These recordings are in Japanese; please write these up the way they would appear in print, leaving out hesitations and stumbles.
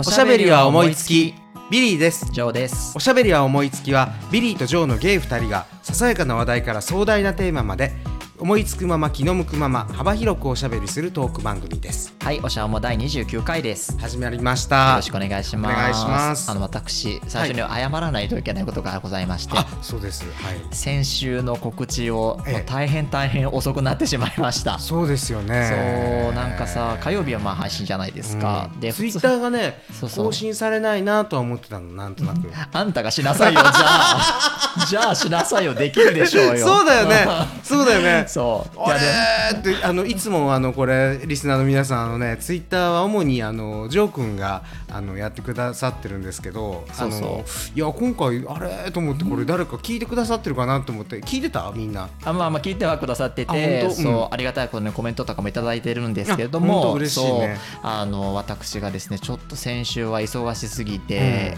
おしゃべりは思いつき、ビリーです。 ジョーです。 おしゃべりは思いつきはビリーとジョーのゲイ2人がささやかな話題から壮大なテーマまで思いつくまま気の向くまま幅広くおしゃべりするトーク番組です。 はい、おしゃおも第29回です。 始まりました。 よろしくお願いします。 お願いします。 私最初に謝らないといけないことがございまして、 あ、そうです、はい、 先週の告知を大変遅くなってしまいました。 そうですよね。 そう、なんかさ、火曜日はまあ配信じゃないですか、でツイッターがね、 そう更新されないなとは思ってたの、なんとなくあんたがしなさいよ、じゃあしなさいよ、できるでしょうよ。 そうだよねそうだよねそうあれっていつもこれリスナーの皆さんね、ツイッターは主にジョー君がやってくださってるんですけど、いや今回あれと思って、これ誰か聞いてくださってるかなと思って、聞いてたみんな。 まあ聞いてはくださってて、ありがたいことにコメントとかもいただいてるんですけれども、 嬉しいね。 そう私がですね、ちょっと先週は忙しすぎて、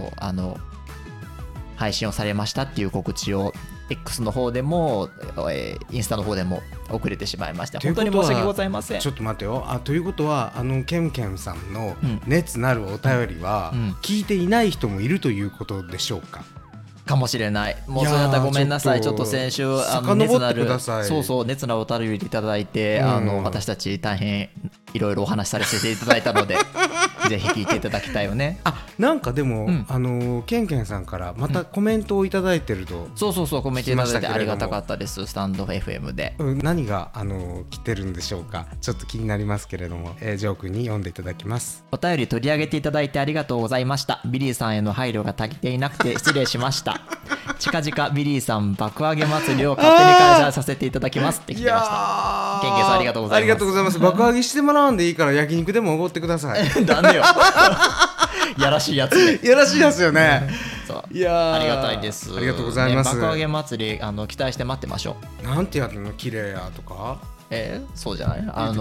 配信をされましたっていう告知を X の方でも、インスタの方でも遅れてしまいました。本当に申し訳ございません。 ちょっと待ってよ。ということはケンケンさんの熱なるお便りは聞いていない人もいるということでしょうか。 かもしれない。もうそれだったらごめんなさい。ちょっと先週遡ってください。 熱なるお便りいただいて、私たち大変いろいろお話しさせていただいたのでぜひ聞いていただきたいよね。 なんかでも、ケンケンさんからまたコメントをいただいてると、 そうコメントいただいてありがたかったです。スタンド FM で、 何が来てるんでしょうか。ちょっと気になりますけれども、ジョー君に読んでいただきます。 お便り取り上げていただいてありがとうございました。ビリーさんへの配慮が足りていなくて失礼しました近々ビリーさん爆上げ祭りを勝手に開催させていただきますって来てました。ケンケンさんありがとうございます。 ありがとうございます。爆上げしてもらうんでいいから焼肉でもおごってくださいなんでよやらしいやつね。 やらしいやつよねそう、 いやありがたいです。 ありがとうございます。 爆上げ祭り期待して待ってましょう。なんてやるの、綺麗やとかそうじゃないなん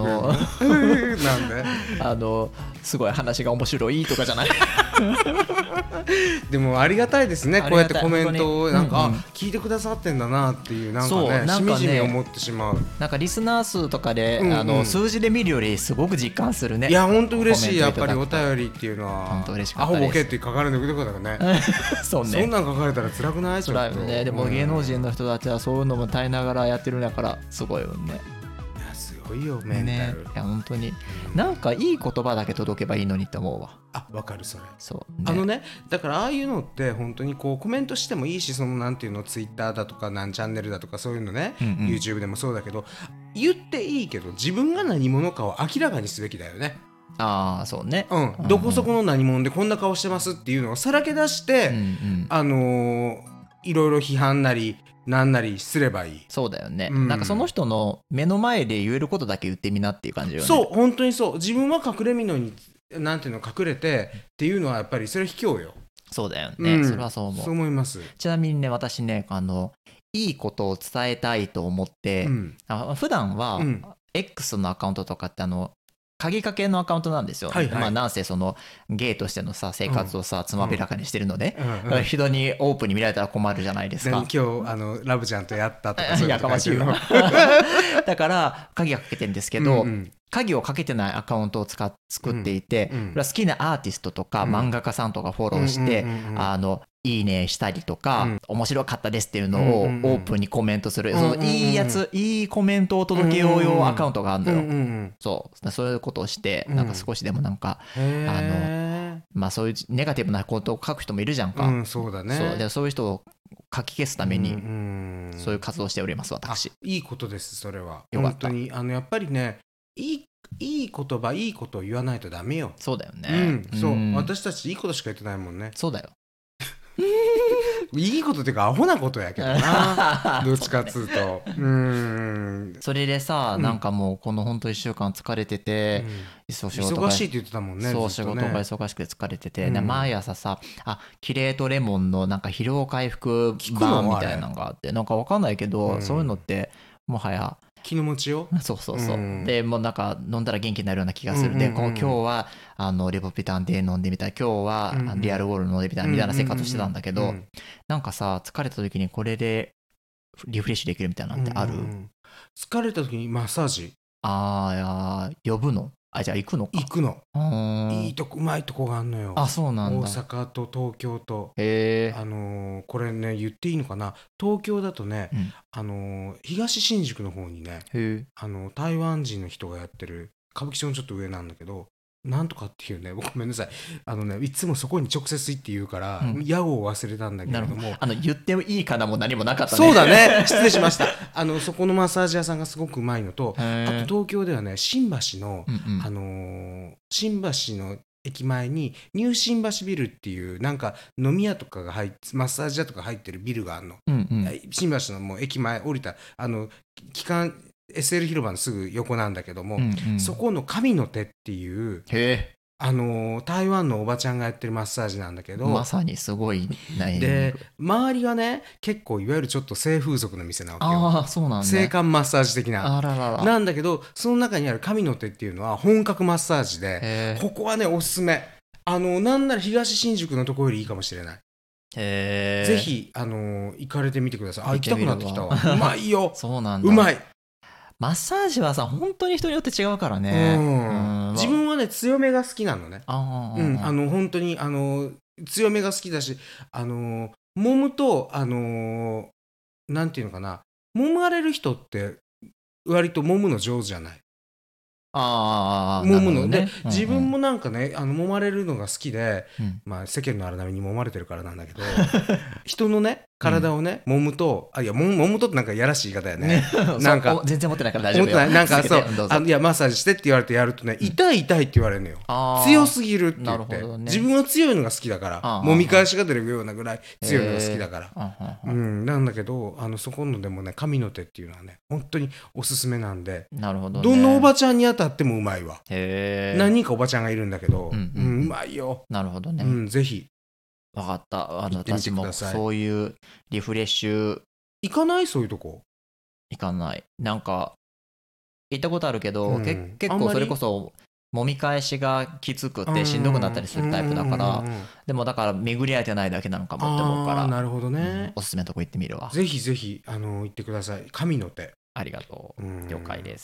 ですごい話が面白いとかじゃないでもありがたいですね。こうやってコメントを聞いてくださってんだなっていう、なんかね、しみじみ思ってしまう。 なんかリスナー数とかで、数字で見るよりすごく実感するね。 いや本当嬉しい。やっぱりお便りっていうのは本当嬉しかったです。 アホボケって書かれるのことだからねそうね、 そんなん書かれたら辛くない？ 辛いよね。でも芸能人の人たちはそういうのも耐えながらやってるんだからすごいよね。 すごいよメンタル、 いや本当に、なんかいい言葉だけ届けばいいのにって思うわ。 わかるそれ。 そうね、 だからああいうのって本当にこうコメントしてもいいし、そのなんていうの、ツイッターだとかなんチャンネルだとかそういうのね、YouTube でもそうだけど、言っていいけど自分が何者かを明らかにすべきだよね。 そうね、 どこそこの何者でこんな顔してますっていうのをさらけ出して、いろいろ批判なりなんなりすればいい。 そうだよね、なんかその人の目の前で言えることだけ言ってみなっていう感じよね。 そう、本当にそう。自分は隠れみのになんていうの、隠れてっていうのはやっぱりそれ卑怯よ。 そうだよね、それはそう思う。 そう思います。 ちなみにね、私ね、いいことを伝えたいと思って、普段は、X のアカウントとかって鍵かけのアカウントなんですよ。なんせそのゲイとしてのさ生活をさつまびらかにしてるので、人にオープンに見られたら困るじゃないですか。 今日ラブちゃんとやったとかそういうやかましいわだから鍵がかけてるんですけど、鍵をかけてないアカウントを作っていて、好きなアーティストとか漫画家さんとかフォローしていいねしたりとか、面白かったですっていうのをオープンにコメントする、そのいいやつ、いいコメントを届けよう用アカウントがあるのよ。そういうことをして、なんか少しでもなんかそういうネガティブなことを書く人もいるじゃんか。 そうだね。 そういう人を書き消すためにそういう活動をしております、私。 いいことです、それは。本当にやっぱりね、いい言葉、いいことを言わないとダメよ。 そうだよね。 そう私たちいいことしか言ってないもんね。 そうだよいいことっていうかアホなことやけどなどっちかっつうとそれでさ、なんかもうこのほんと1週間疲れてて、 忙しいって言ってたもんね。 そう、仕事が忙しくて疲れてて、毎朝さキレートレモンのなんか疲労回復版みたいなのがあって、なんかわかんないけど、そういうのってもはや気の持ちよ。 そう、でもうなんか飲んだら元気になるような気がする。で今日はレボピタンで飲んでみたい、今日はリアルウォール飲んでみたいみたいな生活してたんだけど、なんかさ疲れた時にこれでリフレッシュできるみたいなのってある？ 疲れた時にマッサージ呼ぶの？ じゃあ行くのか。 行くの。いいとこ、うまいとこがあんのよ。 そうなんだ。 大阪と東京と。 へえ。 これね、言っていいのかな。東京だとね、東新宿の方にね、台湾人の人がやってる歌舞伎町のちょっと上なんだけど、なんとかっていうね、ごめんなさい。いつもそこに直接行って言うから、屋号を忘れたんだけれども。 言ってもいいかなも何もなかったね。 そうだね。失礼しました。そこのマッサージ屋さんがすごくうまいのと、あと東京ではね、新橋の、新橋の駅前にニュー新橋ビルっていうなんか飲み屋とかがマッサージ屋とか入ってるビルがあるの。新橋のもう駅前降りた機関SL 広場のすぐ横なんだけども、そこの神の手っていう台湾のおばちゃんがやってるマッサージなんだけど、 まさにすごいね。 で周りがね結構いわゆるちょっと性風俗の店なわけよ。 そうなんね。 性感マッサージ的な。なんだけどその中にある神の手っていうのは本格マッサージで、ここはねおすすめ。なんなら東新宿のところよりいいかもしれない。ぜひ行かれてみてください。行きたくなってきたわ。うまいよ。 そうなんだ。 うまい。 マッサージはさ本当に人によって違うからね。 自分はね強めが好きなのね。本当に強めが好きだし揉むとなんていうのかな、揉まれる人って割と揉むの上手じゃない。揉むので、自分もなんかね揉まれるのが好きで、世間の荒波に揉まれてるからなんだけど人のね体をね揉むと揉むとってなんかやらしい言い方やね。なんか全然持ってないから大丈夫よ。 なんかそういやマッサージしてって言われてやるとね、痛い痛いって言われるのよ。強すぎるって言って、自分は強いのが好きだから揉み返しが出るようなぐらい強いのが好きだからなんだけどそこのでもね神の手っていうのはね本当におすすめなんで、どのおばちゃんに当たってもうまいわ。何人かおばちゃんがいるんだけどうまいよ。 なるほどね。 ぜひ分かった。私もそういうリフレッシュ行かない？そういうとこ行かない。なんか行ったことあるけど、結構それこそ揉み返しがきつくてしんどくなったりするタイプだから、でもだから巡り合えてないだけなのかもって思うから、 なるほどね。 おすすめのとこ行ってみるわ。 ぜひぜひ行ってください。神の手。 ありがとう。了解です。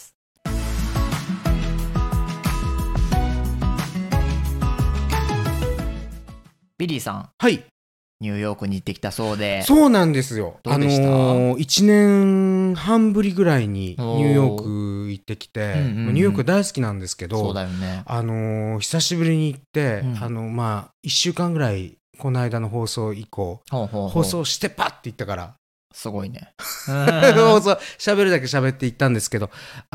ビリーさん、 はい、 ニューヨークに行ってきたそうで。 そうなんですよ。 どうでした？ 1年半ぶりぐらいにニューヨーク行ってきて、ニューヨーク大好きなんですけど、 そうだよね。 久しぶりに行って、1週間ぐらいこの間の放送以降放送してパッて行ったからすごいね。 放送喋るだけ喋って行ったんですけど、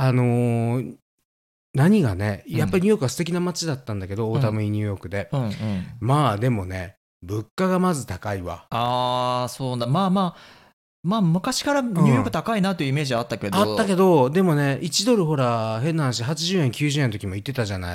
何がね、やっぱりニューヨークは素敵な街だったんだけど、オータム・イン・ニューヨークで、まあでもね物価がまず高いわ。 そうだ。まあ昔からニューヨーク高いなというイメージはあったけど、でもね1ドルほら変な話80円90円の時も言ってたじゃない、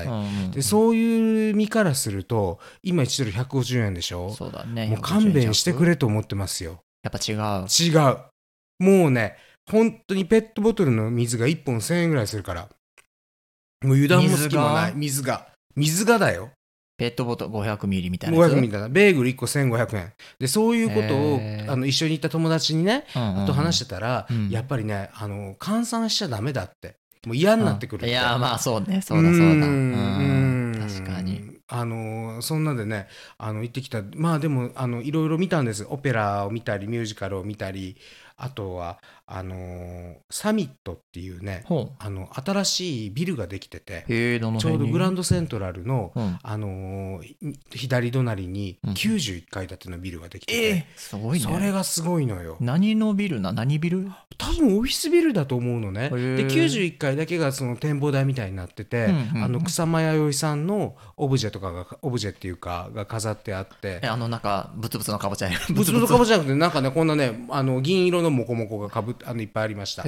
でそういう身からすると今1ドル150円でしょ。 そうだね。 もう勘弁してくれと思ってますよ。 やっぱ違う。 もうね本当にペットボトルの水が1本1000円ぐらいするから、もう油断も隙もない。水がだよ。 ペットボトル500ミリみたいなやつ。 500ミリだな。ベーグル1個1500円で、そういうことを一緒に行った友達にね、と話してたら、やっぱりね換算しちゃダメだって、もう嫌になってくるって。 いやまあそうね。そうだ確かにそんなでね行ってきた。まあでもいろいろ見たんです。オペラを見たりミュージカルを見たり、あとはサミットっていうね新しいビルができてて、ちょうどグランドセントラルの、左隣に91階建てのビルができてて、 すごいね。 それがすごいのよ。 何のビルな？何ビル？ 多分オフィスビルだと思うのね。で91階だけがその展望台みたいになってて、草間彌生さんのオブジェとかがオブジェっていうかが飾ってあって、 なんかブツブツのかぼちゃブツブツのかぼちゃじゃなくて、なんかねこんなね銀色のモコモコがいっぱいありました。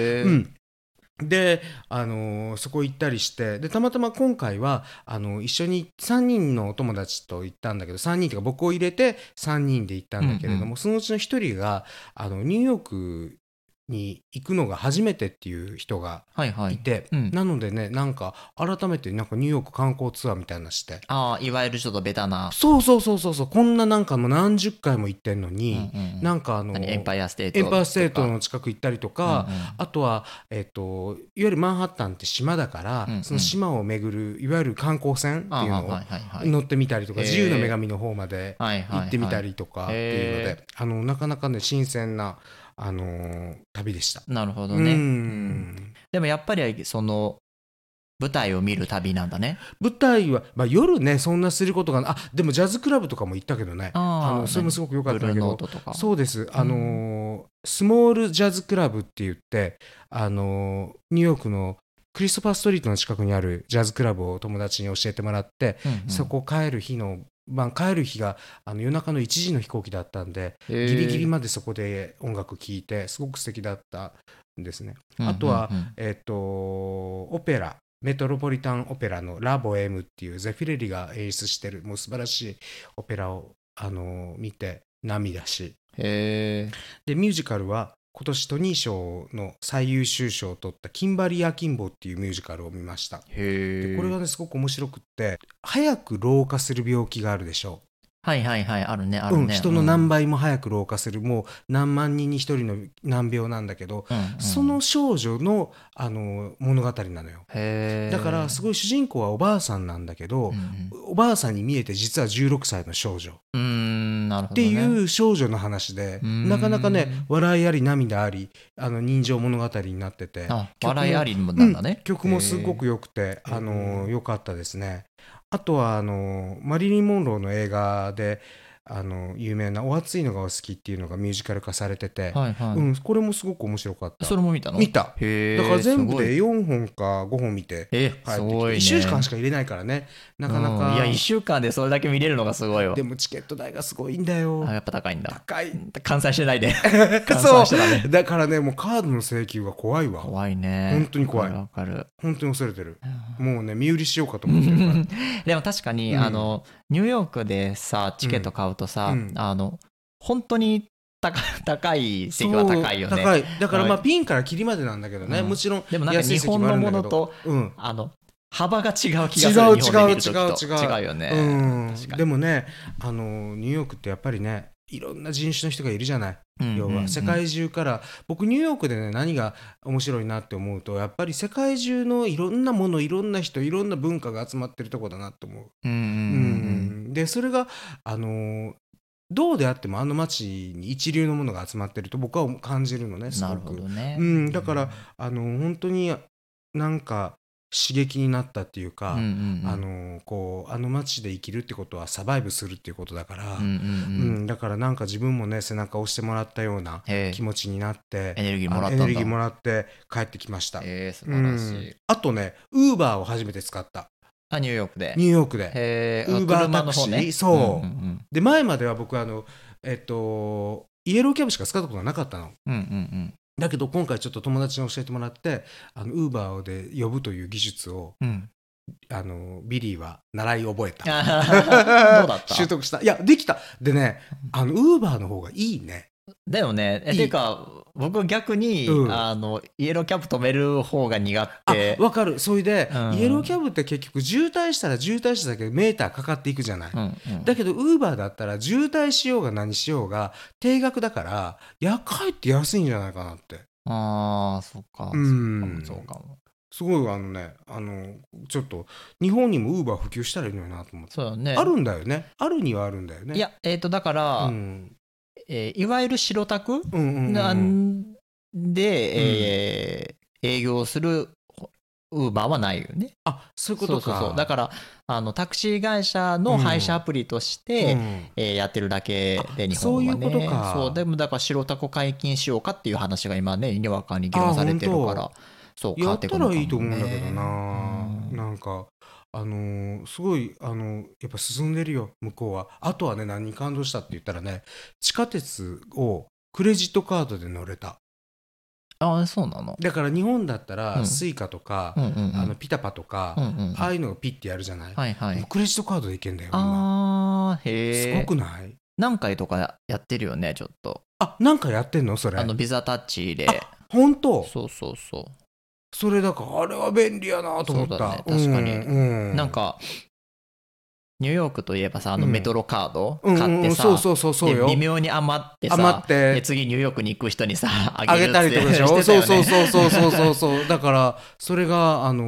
でそこ行ったりして、でたまたま今回は一緒に3人のお友達と行ったんだけど、3人というか僕を入れて3人で行ったんだけれども、そのうちの1人がニューヨークに行くのが初めてっていう人がはいはいいて、 うん、 なのでねなんか改めてなんかニューヨーク観光ツアーみたいなのして、 いわゆるちょっとベタな、 そうこんななんかもう何十回も行ってんのうんうんに、 うん、 なんかエンパイアステートエンパイアステートとか、 の近く行ったりとうんうんか、あとは、いわゆるマンハッタンって島だから、 うんうん、 その島を巡るいわゆる観光船っていうのをはいはいはい、 乗ってみたりとか、自由の女へ神の方までー、はい行ってみはいはい、 たりとかっていうのへで、なかなかね新鮮な、旅でした。 ー、なるほどうね、 ん。 でもやっぱりその舞台を見る旅なんだね。 舞台は、まあ、夜ねそんなすることがでもジャズクラブとかも行ったけどね、それもすごく良かったんだけブルーノーど、 トとか。 そうです、 うん、 スモールジャズクラブって言って、ニューヨークのクリストファーストリートの近くにあるジャズクラブを友達に教えてもらって、 うんうん、 そこ帰る日が夜中の1時の飛行機だったんで、 へー、 ギリギリまでそこで音楽聴いてすごく素敵だったんですね。 うんうんうん、 あとは、オペラメトロポリタンオペラのラボエムっていうゼフィレリが演出してるもう素晴らしいオペラを、見て涙し、 へー、 でミュージカルは今年トニー賞の最優秀賞を取ったキンバリー・アキンボっていうミュージカルを見ました。でこれがねすごく面白くって、早く老化する病気があるでしょはいはいはい、あるねあるね、 人の何倍も早く老化する、もう何万人に一人の難病なんだけど、 うんうん、 その少女の、物語なのよ。 へー、 だからすごい主人公はおばあさんなんだけど、 うんおばあさんに見えて実は16歳の少女っうん、なるほていどね。 う少女の話で、なかなかね笑いあり涙あり人情物語になってて、 笑いありもなんだね、 曲もすごく良くて良かったですね。あとはマリリン・モンローの映画で有名な「お熱いのがお好き」っていうのがミュージカル化されてて、 はいはい、 これもすごく面白かった。 それも見たの？ 見た。 へー、 だから全部すごいで4本か5本見て帰ってきて、 すごいね、 1週間しか入れないからね、なかなか、 いや1週間でそれだけ見れるのがすごいわ。 でもチケット代がすごいんだよ。 やっぱ高いんだ。 高い。 換算してないでそうしてたね。 だからねもうカードの請求が怖いわ。 怖いね、 本当に怖い。 わかる。 本当に恐れてる。もうね身売りしようかと思ってるからでも確かに、ニューヨークでさチケット買うとさ、本当に高い席は高いよね。 高い。だからピンからキリまでなんだけどね、もちろんでもなんか日本のものと、幅が違う気がする。違うよね、 でもねニューヨークってやっぱりねいろんな人種の人がいるじゃない。要は世界中から僕ニューヨークでね何が面白いなって思うと、やっぱり世界中のいろんなものいろんな人いろんな文化が集まってるとこだなと思う。でそれがどうであっても街に一流のものが集まってると僕は感じるのねすごく。 なるほどね。 だから本当になんか刺激になったっていうか、街で生きるってことはサバイブするっていうことだから、だからなんか自分もね背中を押してもらったような気持ちになって、 エネルギーもらって帰ってきました。 素晴らしい。 あとねウーバーを初めて使った。 ニューヨークで。 ウーバータクシー、そうで前までは僕イエローキャブしか使ったことがなかったの。だけど今回ちょっと友達に教えてもらってウーバーで呼ぶという技術を、ビリーは習い覚えた。 どうだった？ 習得した。いやできた。でねウーバーの方がいいね。 だよね。てか僕逆に、イエローキャブ止める方が苦手。 わかる。それで、イエローキャブって結局渋滞したら渋滞しただけでメーターかかっていくじゃない。だけどウーバーだったら渋滞しようが何しようが定額だからかえって安いんじゃないかなって。 そっか。そうかも。 すごいちょっと日本にもウーバー普及したらいいのになと思って。 そうね。 あるんだよね。あるにはあるんだよね。 いやだから、いわゆる白タクなんで、営業するウーバーはないよね。 そういうことか。 そうだからタクシー会社の配車アプリとして、やってるだけで日本はね。 そういうことか。 そうでもだから白タク解禁しようかっていう話が今ねにわかに議論されてるから、そうやったらいいと思うんだけどな。なんかすごいやっぱ進んでるよ向こうは。あとはね何に感動したって言ったらね、地下鉄をクレジットカードで乗れた。 そうなの。 だから日本だったらスイカとか、ピタパとか、ああいうのをピッてやるじゃない。クレジットカードでいけんだよ今。すごくない？ 何回とかやってるよねちょっと。 何回やってんのそれ。 ビザタッチで。 本当。 そうそうそう。 それだからあれは便利やなと思った。 そうだね、確かに、なんかニューヨークといえばさ、メトロカード買ってさ、で微妙に余ってさ、で次ニューヨークに行く人にさあげるってしてたよね。 そうだからそれがあれ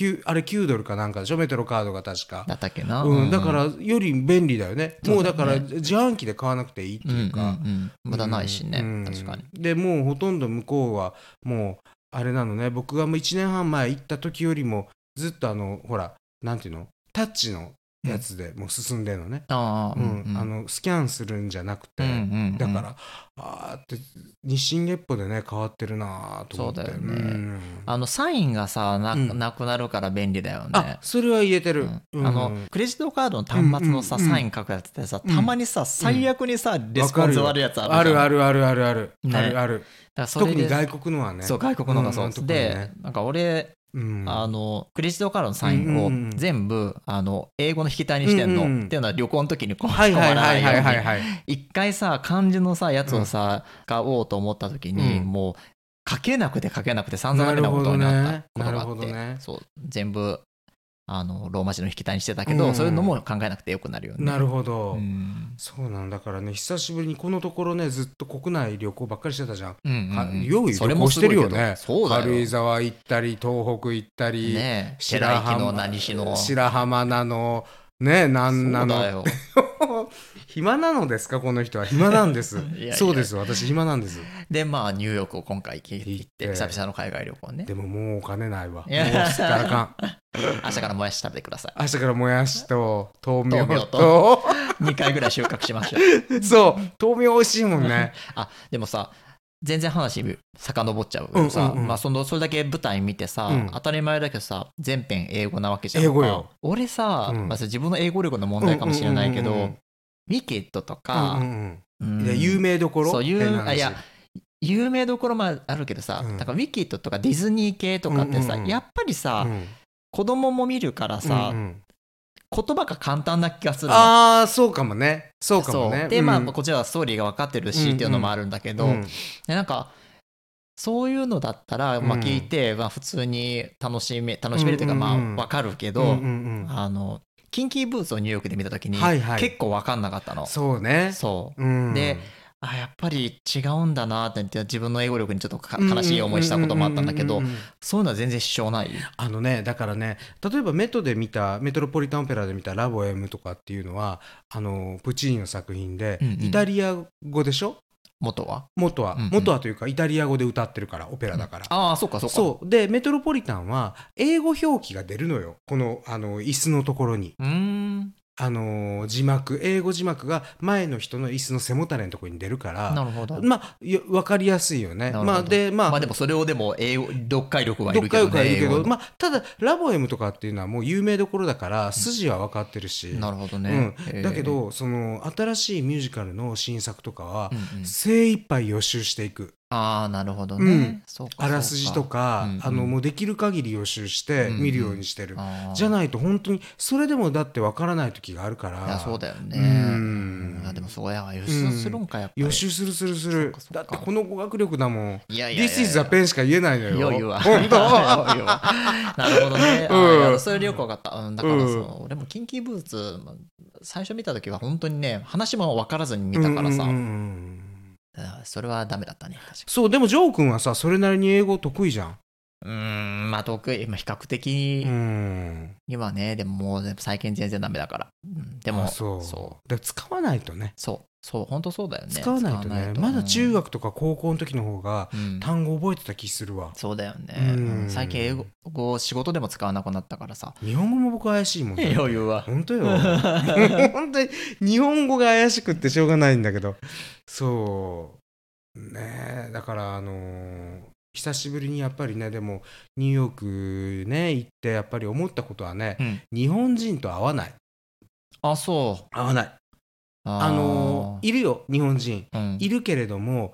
9ドルかなんかでしょ、メトロカードが確かだったっけな、 だからより便利だよね。もうだから自販機で買わなくていいっていうか、 無駄ないしね、確かに。 でもうほとんど向こうはもうあれなのね、僕がもう1年半前行った時よりもずっとほらなんていうの、タッチのやつでもう進んでるのね。スキャンするんじゃなくて、だからって日進月歩でね変わってるなと思って。 そうだよね、サインがさなくなるから便利だよね。 それは言えてる、 クレジットカードの端末のさ、サイン書くやつってさ、たまにさ最悪にさ、レスポンス悪いやつあるじゃん。 ある、特に外国のはね。 そう、外国のがそう、でなんか俺クレジットカードのサインを全部英語の引き体にしてんの、っていうのは旅行の時にこう仕込まないように。一回さ漢字のさやつをさ買おうと思った時に、もう書けなくて散々なめなことになったことがあって、そう全部ローマ字の引き体にしてたけど、そういうのも考えなくてよくなるよね。 なるほど、そうなんだからね、久しぶりにこのところねずっと国内旅行ばっかりしてたじゃん。よう旅行してるよね。軽井沢行ったり東北行ったり、 白浜なのね、なんなの暇なのですかこの人は。暇なんですそうです、私暇なんです。 でまあニューヨークを今回行って久々の海外旅行ね。 でももうお金ないわ。もうすったらあかん。 明日からもやし食べてください。 明日からもやしと豆苗と 2回ぐらい収穫しましょう。そう豆苗美味しいもんね。 でもさ全然話遡っちゃうけどさ、それだけ舞台見てさ、当たり前だけどさ全編英語なわけじゃん。 英語よ。 俺さ、自分の英語力の問題かもしれないけど、ウィキッドとか、 有名どころ、 有名どころもあるけどさ、なんかウィキッドとかディズニー系とかってさ、やっぱりさ、子供も見るからさ、言葉が簡単な気がするの。 そうかもね。そうかもね。 でこっちはストーリーが分かってるしっていうのもあるんだけど、なんかそういうのだったら聞いて普通に楽しめるというか分かるけど、キンキーブーツをニューヨークで見た時に結構分かんなかったの。 そうね。 でやっぱり違うんだなって自分の英語力にちょっと悲しい思いしたこともあったんだけど、そういうのは全然支障ない。 だからね、例えばメトロポリタンオペラで見たラボエムとかっていうのはプチーニの作品で、イタリア語でしょ。元はというかイタリア語で歌ってるからオペラだから。 そうかでメトロポリタンは英語表記が出るのよ、この椅子のところに。英語字幕が前の人の椅子の背もたれのところに出るから、 なるほど、 分かりやすいよね。 でもそれをでも英語読解力はいるけどね。 ただラボエムとかっていうのはもう有名どころだから筋は分かってるし、 なるほどね。 だけどその新しいミュージカルの新作とかは精一杯予習していく。 なるほどね。 あらすじとかもうできる限り予習して見るようにしてる。じゃないと本当にそれでもだって分からない時があるから。 そうだよね。でもそうや予習するんかやっぱり。 予習する。だってこの語学力だもん。This is a pen しか言えないのよ。 よう言うわ。なるほどね。それでよく分かった。だから俺もキンキーブーツ最初見た時は本当にね話も分からずに見たからさ。それはダメだったね。 そう。でもジョー君はさそれなりに英語得意じゃん。 得意、比較的にはね。でももう最近全然ダメだから。でもそうで使わないとね。 そう本当そうだよね。 使わないとね。まだ中学とか高校の時の方が単語覚えてた気するわ。 そうだよね。最近英語仕事でも使わなくなったからさ。 日本語も僕怪しいもんね。 余裕は本当よ。本当に日本語が怪しくってしょうがないんだけど。そうね。だから久しぶりにやっぱりね、でもニューヨークね行ってやっぱり思ったことはね、日本人と合わない。 そう合わない。いるよ日本人、いるけれども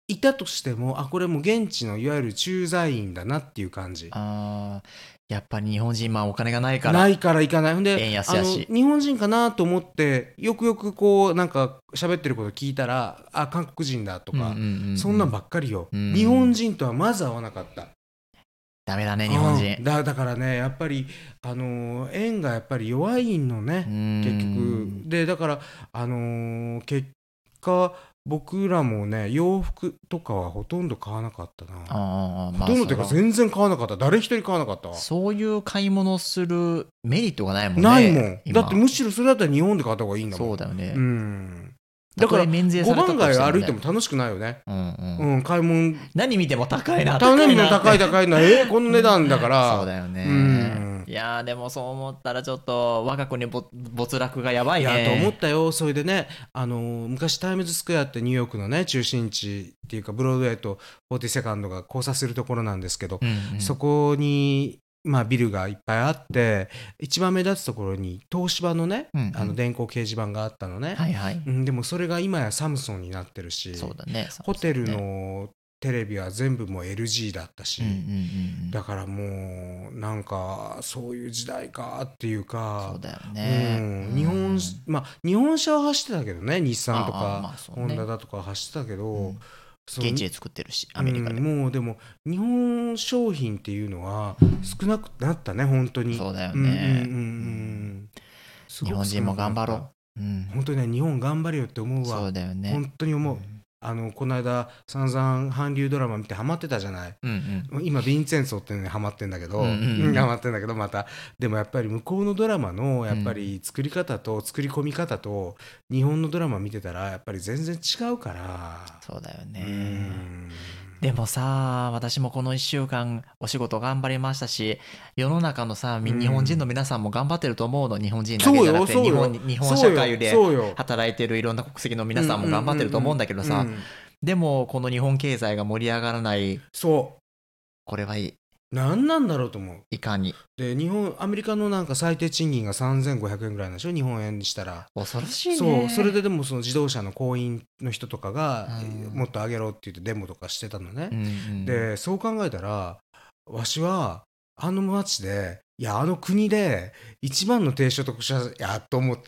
いたとしてもこれも現地のいわゆる駐在員だなっていう感じ。 やっぱり日本人お金がないから行かない。ほんで円安やし日本人かなと思ってよくよくこうなんか喋ってること聞いたら韓国人だとか、そんなんばっかりよ、日本人とはまず会わなかった。 ダメだね日本人。 だからねやっぱり円がやっぱり弱いのね結局で。だから結果僕らもね洋服とかはほとんど買わなかったな。ほとんどっていうか全然買わなかった。誰一人買わなかったわ。 そういう買い物するメリットがないもんね。 ないもん。だってむしろそれだったら日本で買った方がいいんだもん。 そうだよね。 だから5番街歩いても楽しくないよね。買い物何見ても高いな。 何見ても高いなこの値段だから。 そうだよね。いやでもそう思ったらちょっと我が国没落がやばいね。 と思ったよ。それでね昔タイムズスクエアってニューヨークのね中心地っていうかブロードウェイと40セカンドが交差するところなんですけど、そこにビルがいっぱいあって一番目立つところに東芝のね、電光掲示板があったのね。でもそれが今やサムソンになってるし、 そうだね、 ホテルのテレビは全部もう LG だったし、だからもうなんかそういう時代かっていうか。 そうだよね。 日本車は走ってたけどね、日産とかホンダだとか走ってたけど、 現地で作ってるしアメリカで、 もうでも日本商品っていうのは少なくなったね本当に。 そうだよね。日本人も頑張ろう。 本当にね日本頑張れよって思うわ。そうだよね。本当に思う。この間散々韓流ドラマ見てハマってたじゃない。今ヴィンチェンツォっていうのにハマってんだけど、またでもやっぱり向こうのドラマのやっぱり作り方と作り込み方と日本のドラマ見てたらやっぱり全然違うから。 そうだよね。でもさ私もこの1週間お仕事頑張りましたし、世の中のさ日本人の皆さんも頑張ってると思うの。日本人だけじゃなくて日本社会で働いてるいろんな国籍の皆さんも頑張ってると思うんだけどさ、でもこの日本経済が盛り上がらない。これはいい。 何なんだろうと思う。 いかにでアメリカのなんか最低賃金が3500円ぐらいなんでしょ日本円にしたら。 恐ろしいね。 それででもその自動車の工員の人とかがもっと上げろって言ってデモとかしてたのね。でそう考えたらわしは街で国で一番の低所得者やと思った。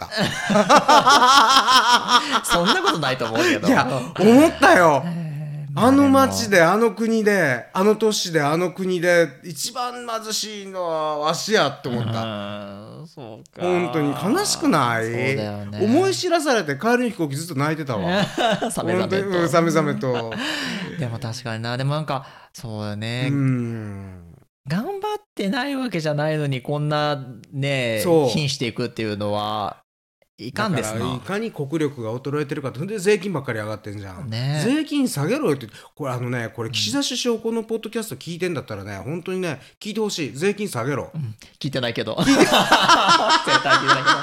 そんなことないと思うけど。 いや思ったよ。町で国で都市で国で一番貧しいのはわしやって思った。そうか。本当に悲しくない？そうだよね。思い知らされて帰りの飛行機ずっと泣いてたわ。 サメザメと。 でも確かにな。でもなんかそうだね。頑張ってないわけじゃないのにこんなね瀕していくっていうのはいかんですな。 だからいかに国力が衰えてるかって。で税金ばっかり上がってんじゃん、税金下げろよって。これ岸田首相このポッドキャスト聞いてんだったらね本当にね聞いてほしい。税金下げろ、 聞いてないけど絶対聞いてないけど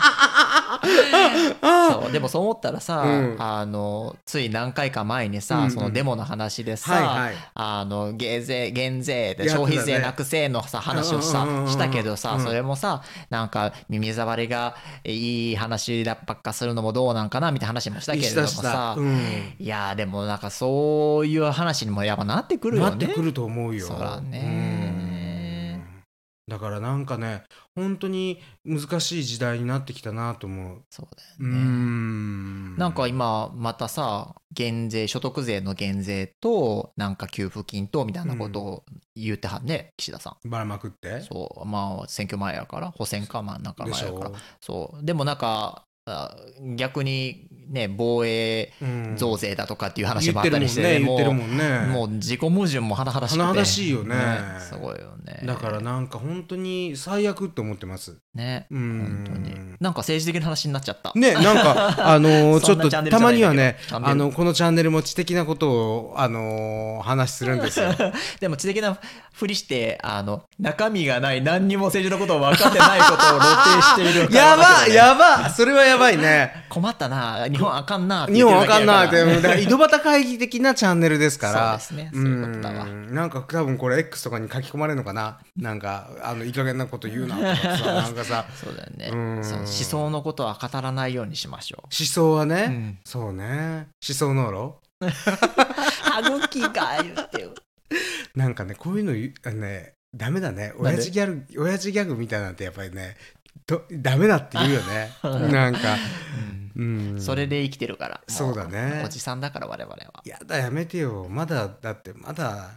そうでもそう思ったらさ、つい何回か前にさ、そのデモの話でさ、減税で消費税なくせのさ話をしたけどさ、それもさなんか耳障りがいい話ばっかするのもどうなんかなみたいな話もしたけれどもさ、いやでもなんかそういう話にもやっぱなってくるよね。 なってくると思うよ。 そうだね。 だからなんかね本当に難しい時代になってきたなと思う。 そうだよね。なんか今またさ所得税の減税となんか給付金とみたいなことを言ってはんね、岸田さん。 ばらまくって。 そう選挙前やから補選かなんか前やから。そうでもなんか逆にね防衛増税だとかっていう話もあったりして、もう自己矛盾も甚だしくて甚だしいよね。 すごいよね。 だからなんか本当に最悪って思ってますね。本当になんか政治的な話になっちゃったね。なんかちょっとたまにはねこのチャンネルも知的なことを話するんですよでも知的なふりして中身がない何にも政治のことを分かってないことを露呈しているやばそれはやばいね。 困ったな日本あかんなって日本あかんなってだから井戸端会議的なチャンネルですから。 そうですね。そういうことだわ。 なんか多分これ X とかに書き込まれるのかな。なんかいい加減なこと言うなとかさなんかさそうだよね。思想のことは語らないようにしましょう。 思想はね、そうね思想濃炉歯茎が言ってよ。 なんかねこういうのねダメだね。親父ギャグみたいなんてやっぱりねダメだって言うよね。なんか、 それで生きてるから。 そうだね。 おじさんだから我々は。 やだやめてよ。まだだってまだ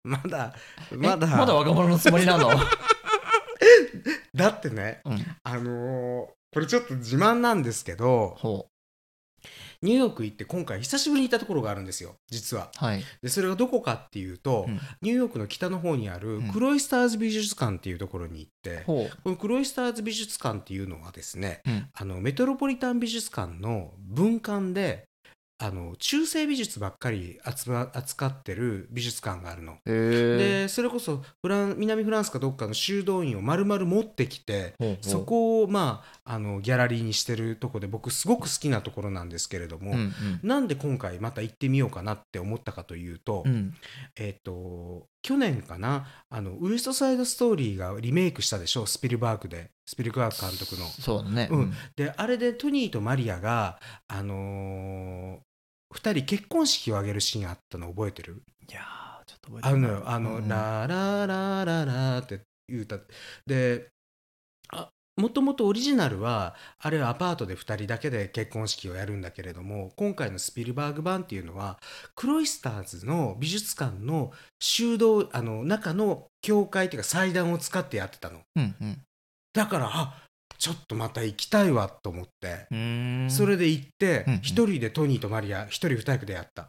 若者のつもりなの？ だってね、これちょっと自慢なんですけど、ニューヨーク行って今回久しぶりに行ったところがあるんですよ実は、でそれがどこかっていうと、ニューヨークの北の方にあるクロイスターズ美術館っていうところに行って、このクロイスターズ美術館っていうのはですね、メトロポリタン美術館の分館で中世美術ばっかり扱ってる美術館があるの。でそれこそ南フランスかどっかの修道院を丸々持ってきて、そこをギャラリーにしてるとこで僕すごく好きなところなんですけれども、なんで今回また行ってみようかなって思ったかというと、去年かなウエストサイドストーリーがリメイクしたでしょ、スピルバーグ監督の。 そうだね、 であれでトニーとマリアが2人結婚式を挙げるシーンあったの覚えてる？ いやちょっと覚えてない。 ラララララっていう歌で、もともとオリジナルはあれはアパートで2人だけで結婚式をやるんだけれども、今回のスピルバーグ版っていうのはクロイスターズの美術館の修道中の教会っていうか祭壇を使ってやってたの、だからちょっとまた行きたいわと思って、それで行って一人でトニーとマリア一人二役でやった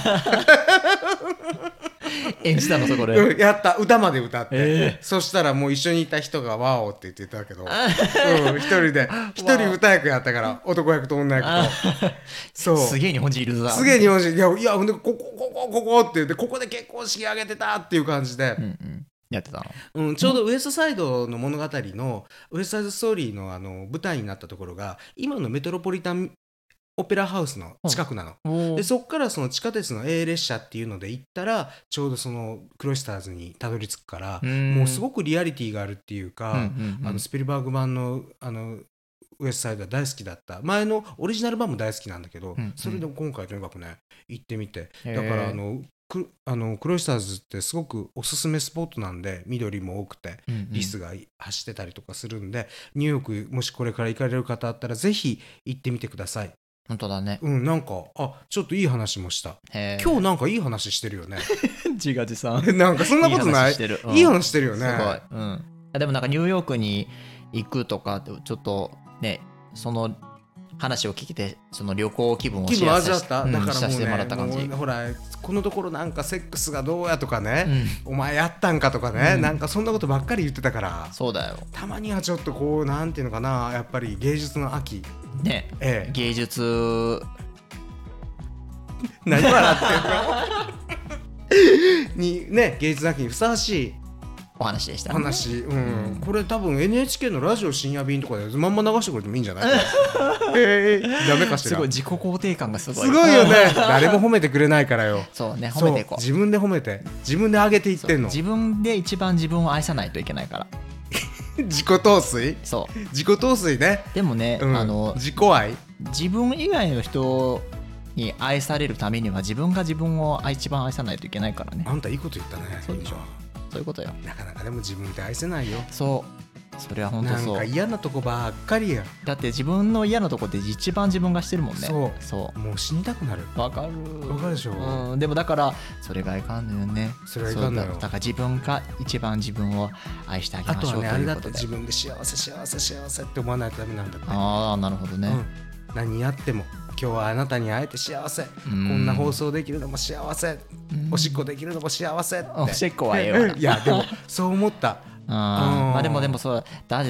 演じたのそこで、 やった歌まで歌って、そしたらもう一緒にいた人がワオって言ってたけど、一人二役やったから、男役と女役とそうすげえ日本人いるぞ、 すげえ日本人、いやここって言ってここで結婚式挙げてたっていう感じで、 やってたの、 ちょうどウエストサイドの物語のウエストサイドストーリーの舞台になったところが今のメトロポリタンオペラハウスの近くなの、でそこからその地下鉄の A 列車っていうので行ったらちょうどそのクロイスターズにたどり着くから、もうすごくリアリティがあるっていうか、スピルバーグ版のウエストサイドは大好きだった。前のオリジナル版も大好きなんだけど、それでも今回とにかくね行ってみて、だからクロイスターズってすごくおすすめスポットなんで、緑も多くてリスが走ってたりとかするんで、ニューヨークもしこれから行かれる方あったらぜひ行ってみてください。 本当だね。 なんかちょっといい話もした。今日なんかいい話してるよね。 自画自賛。 なんかそんなことない。いい話してるよね。 すごい。でもなんかニューヨークに行くとかちょっとね、その話を聞いてその旅行気分をシェアさせてもらった感じ。 ほらこのところなんかセックスがどうやとかね、お前やったんかとかね、なんかそんなことばっかり言ってたから。 そうだよ。たまにはちょっとこうなんていうのかな、やっぱり芸術の秋ね、芸術何笑ってんのにね、芸術の秋にふさわしいお話でした、 話、これ多分 NHK のラジオ深夜便とかでまんま流してくれてもいいんじゃない？ダメかしら。 すごい自己肯定感がすごい。 すごいよね。誰も褒めてくれないからよ。 そうね、褒めていこう。 自分で褒めて、自分で上げていってんの。 自分で一番自分を愛さないといけないから。 自己陶酔？そう。自己陶酔ね。 でもね、 自己愛？ 自分以外の人に愛されるためには自分が自分を一番愛さないといけないからね。 あんたいいこと言ったね。 そうでしょ。そういうことよ。 なかなかでも自分って愛せないよ。 それは本当そう。 なんか嫌なとこばっかりや。 だって自分の嫌なとこって一番自分がしてるもんね。 そうもう死にたくなる。 わかるでしょ。 でもだからそれがいかんのよね。 それがいかんのよ。 だから自分が一番自分を愛してあげましょうということで。 あとはね、あれだって自分で幸せって思わないとダメなんだって。 ああ、なるほどね。 何やっても今日はあなたに会えて幸せ、こんな放送できるのも幸せ、おしっこできるのも幸せって。 おしっこはええわな。 いやでもそう思った。 まあでもそうだ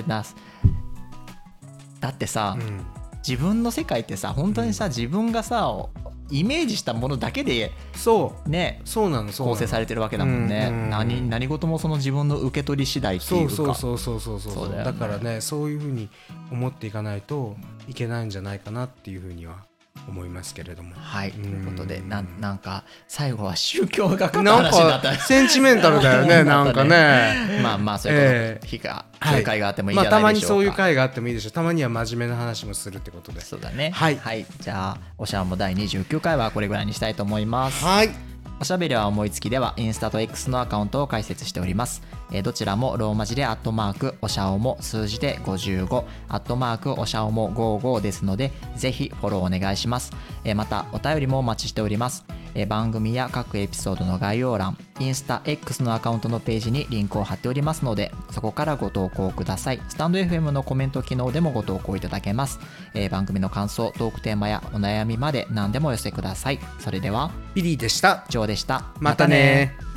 ってさ、自分の世界ってさ本当にさ、自分がさイメージしたものだけでね、 そうなの構成されてるわけだもんね。何事もその自分の受け取り次第っていうか。 そうだからね、そういうふうに思っていかないといけないんじゃないかなっていうふうには思いますけれども。 はい、ということでなんか最後は宗教学の話だった。 センチメンタルだよね。なんかね。 まあそういう日がそういう会があってもいいんじゃないでしょうか。 たまにそういう会があってもいいでしょう。たまには真面目な話もするってことで。 そうだね。 はい。 じゃあおしゃんも第29回はこれぐらいにしたいと思います。 はい。 おしゃべりは思いつきではインスタと X のアカウントを開設しております。どちらもローマ字で@おしゃおも数字で55おしゃおも55ですので、ぜひフォローお願いします。またお便りもお待ちしております。番組や各エピソードの概要欄、インスタ X のアカウントのページにリンクを貼っておりますので、そこからご投稿ください。スタンド FM のコメント機能でもご投稿いただけます。番組の感想、トークテーマやお悩みまで何でもお寄せください。それではビリーでした。 ジョーでした。 またね。